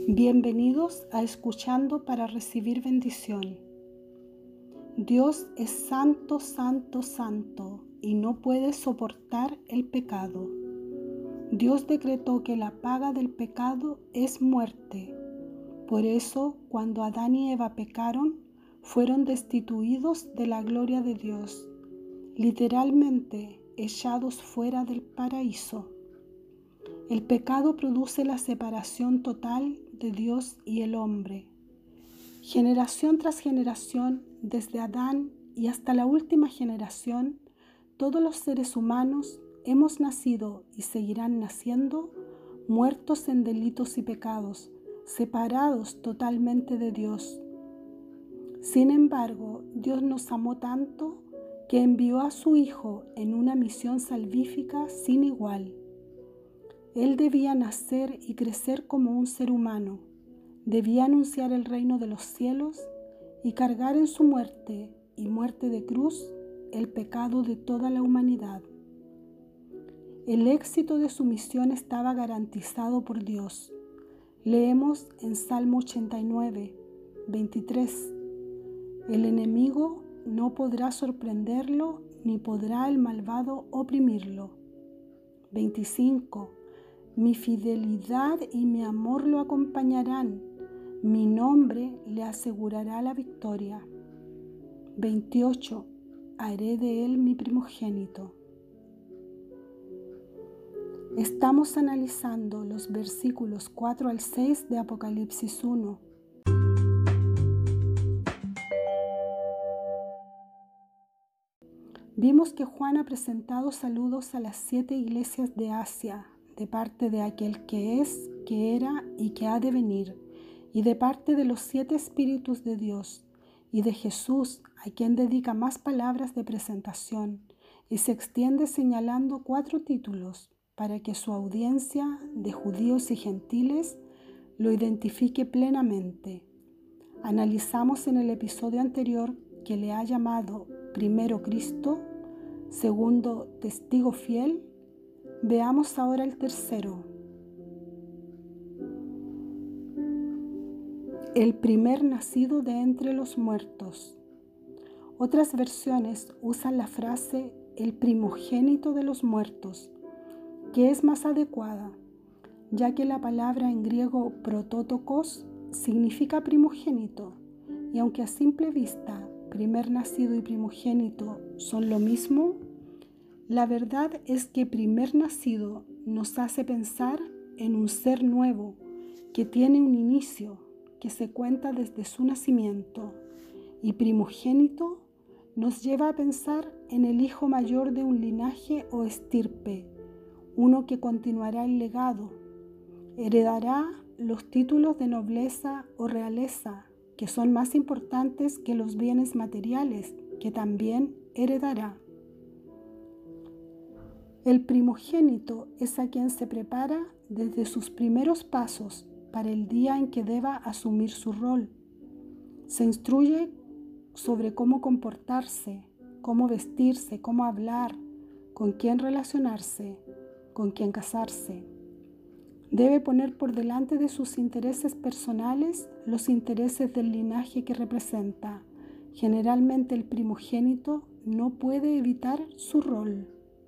Bienvenidos a Escuchando para Recibir Bendición. Dios es santo, santo, santo y no puede soportar el pecado. Dios decretó que la paga del pecado es muerte. Por eso, cuando Adán y Eva pecaron, fueron destituidos de la gloria de Dios, literalmente echados fuera del paraíso. El pecado produce la separación total de Dios y el hombre. Generación tras generación, desde Adán y hasta la última generación, todos los seres humanos hemos nacido y seguirán naciendo muertos en delitos y pecados, separados totalmente de Dios. Sin embargo, Dios nos amó tanto que envió a su Hijo en una misión salvífica sin igual. Él debía nacer y crecer como un ser humano, debía anunciar el reino de los cielos y cargar en su muerte y muerte de cruz el pecado de toda la humanidad. El éxito de su misión estaba garantizado por Dios. Leemos en Salmo 89, 23. El enemigo no podrá sorprenderlo, ni podrá el malvado oprimirlo. 25. Mi fidelidad y mi amor lo acompañarán. Mi nombre le asegurará la victoria. 28. Haré de él mi primogénito. Estamos analizando los versículos 4 al 6 de Apocalipsis 1. Vimos que Juan ha presentado saludos a las 7 iglesias de Asia, de parte de aquel que es, que era y que ha de venir, y de parte de los 7 espíritus de Dios, y de Jesús, a quien dedica más palabras de presentación, y se extiende señalando 4 títulos para que su audiencia de judíos y gentiles lo identifique plenamente. Analizamos en el episodio anterior que le ha llamado primero Cristo, segundo testigo fiel. Veamos ahora el tercero. El primer nacido de entre los muertos. Otras versiones usan la frase el primogénito de los muertos, que es más adecuada, ya que la palabra en griego prototokos significa primogénito, y aunque a simple vista primer nacido y primogénito son lo mismo, la verdad es que primer nacido nos hace pensar en un ser nuevo que tiene un inicio, que se cuenta desde su nacimiento, y primogénito nos lleva a pensar en el hijo mayor de un linaje o estirpe, uno que continuará el legado, heredará los títulos de nobleza o realeza, que son más importantes que los bienes materiales, que también heredará. El primogénito es a quien se prepara desde sus primeros pasos para el día en que deba asumir su rol. Se instruye sobre cómo comportarse, cómo vestirse, cómo hablar, con quién relacionarse, con quién casarse. Debe poner por delante de sus intereses personales los intereses del linaje que representa. Generalmente el primogénito no puede evitar su rol.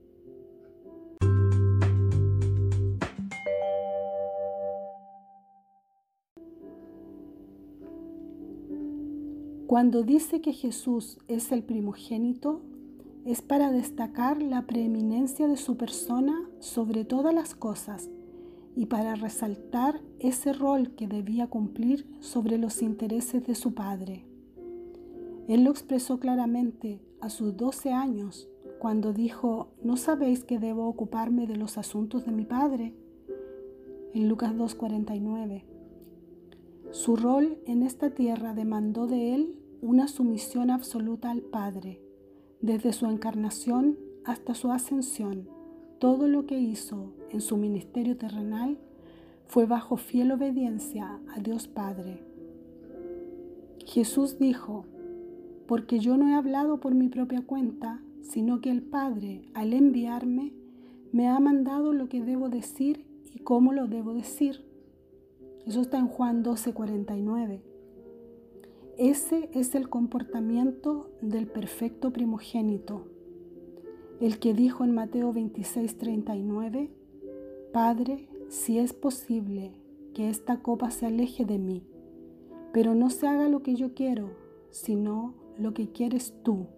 Cuando dice que Jesús es el primogénito, es para destacar la preeminencia de su persona sobre todas las cosas y para resaltar ese rol que debía cumplir sobre los intereses de su padre. Él lo expresó claramente a sus 12 años, cuando dijo: ¿no sabéis que debo ocuparme de los asuntos de mi padre? En Lucas 2:49. Su rol en esta tierra demandó de él una sumisión absoluta al Padre. Desde su encarnación hasta su ascensión, todo lo que hizo en su ministerio terrenal fue bajo fiel obediencia a Dios Padre. Jesús dijo: porque yo no he hablado por mi propia cuenta, sino que el Padre, al enviarme, me ha mandado lo que debo decir y cómo lo debo decir. Eso está en Juan 12:49. Ese es el comportamiento del perfecto primogénito, el que dijo en Mateo 26:39, Padre, si es posible, que esta copa se aleje de mí, pero no se haga lo que yo quiero, sino lo que quieres tú.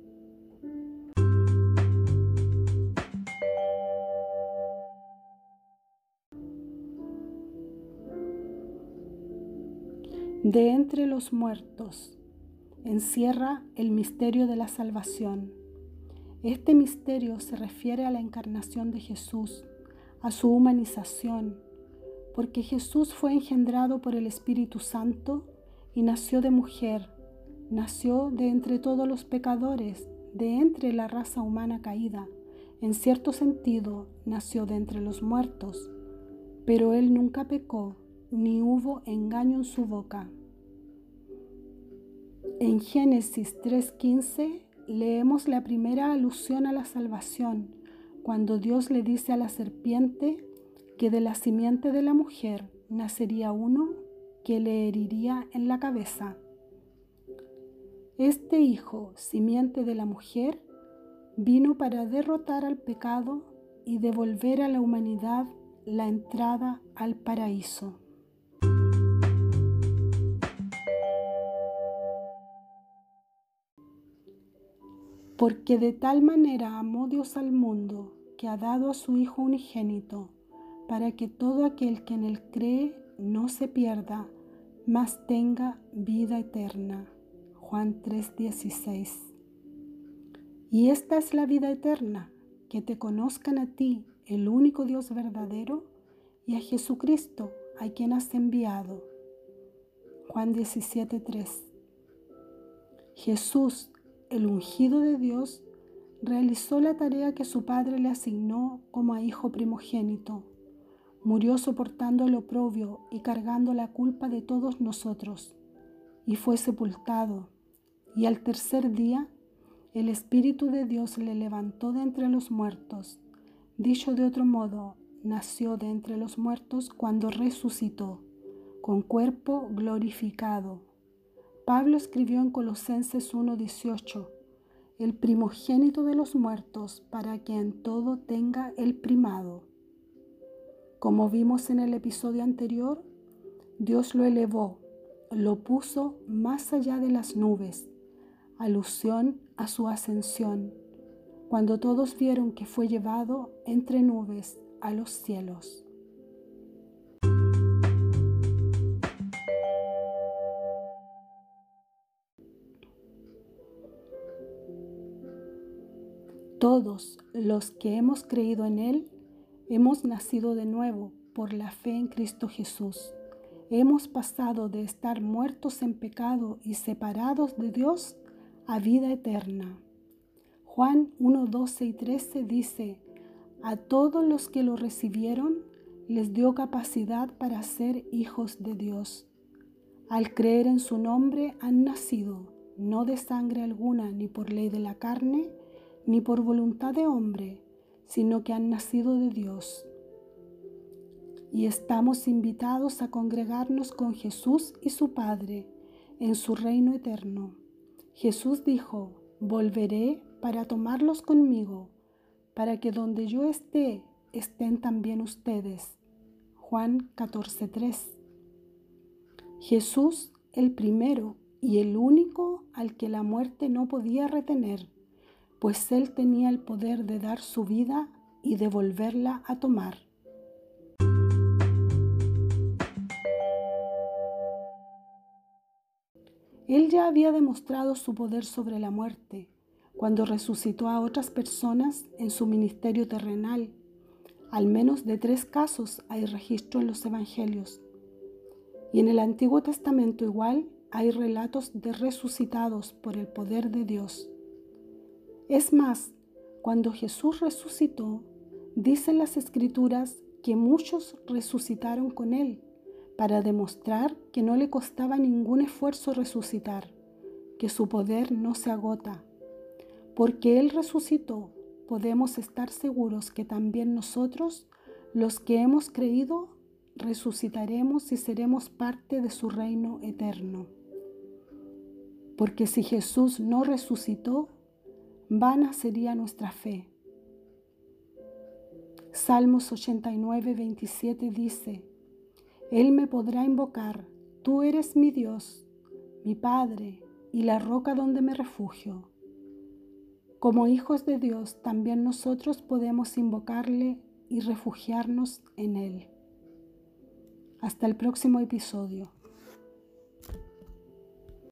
De entre los muertos encierra el misterio de la salvación. Este misterio se refiere a la encarnación de Jesús, a su humanización, porque Jesús fue engendrado por el Espíritu Santo y nació de mujer, nació de entre todos los pecadores, de entre la raza humana caída. En cierto sentido, nació de entre los muertos, pero él nunca pecó, ni hubo engaño en su boca. En Génesis 3:15 leemos la primera alusión a la salvación, cuando Dios le dice a la serpiente que de la simiente de la mujer nacería uno que le heriría en la cabeza. Este hijo, simiente de la mujer, vino para derrotar al pecado y devolver a la humanidad la entrada al paraíso. Porque de tal manera amó Dios al mundo, que ha dado a su Hijo unigénito, para que todo aquel que en él cree no se pierda, mas tenga vida eterna. Juan 3:16. Y esta es la vida eterna, que te conozcan a ti, el único Dios verdadero, y a Jesucristo, a quien has enviado. Juan 17:3. Jesús, el ungido de Dios, realizó la tarea que su Padre le asignó como a hijo primogénito. Murió soportando el oprobio y cargando la culpa de todos nosotros, y fue sepultado. Y al tercer día, el Espíritu de Dios le levantó de entre los muertos. Dicho de otro modo, nació de entre los muertos cuando resucitó, con cuerpo glorificado. Pablo escribió en Colosenses 1:18, el primogénito de los muertos, para que en todo tenga el primado. Como vimos en el episodio anterior, Dios lo elevó, lo puso más allá de las nubes, alusión a su ascensión, cuando todos vieron que fue llevado entre nubes a los cielos. Todos los que hemos creído en Él, hemos nacido de nuevo por la fe en Cristo Jesús. Hemos pasado de estar muertos en pecado y separados de Dios a vida eterna. Juan 1:12 y 13 dice, a todos los que lo recibieron les dio capacidad para ser hijos de Dios. Al creer en su nombre han nacido, no de sangre alguna, ni por ley de la carne, ni por voluntad de hombre, sino que han nacido de Dios. Y estamos invitados a congregarnos con Jesús y su Padre en su reino eterno. Jesús dijo, volveré para tomarlos conmigo, para que donde yo esté, estén también ustedes. Juan 14:3. Jesús, el primero y el único al que la muerte no podía retener, pues Él tenía el poder de dar su vida y de volverla a tomar. Él ya había demostrado su poder sobre la muerte cuando resucitó a otras personas en su ministerio terrenal. Al menos de 3 casos hay registro en los evangelios. Y en el Antiguo Testamento igual hay relatos de resucitados por el poder de Dios. Es más, cuando Jesús resucitó, dicen las Escrituras que muchos resucitaron con Él, para demostrar que no le costaba ningún esfuerzo resucitar, que su poder no se agota. Porque Él resucitó, podemos estar seguros que también nosotros, los que hemos creído, resucitaremos y seremos parte de su reino eterno. Porque si Jesús no resucitó, vana sería nuestra fe. Salmos 89, 27 dice: Él me podrá invocar, tú eres mi Dios, mi Padre y la roca donde me refugio. Como hijos de Dios, también nosotros podemos invocarle y refugiarnos en Él. Hasta el próximo episodio.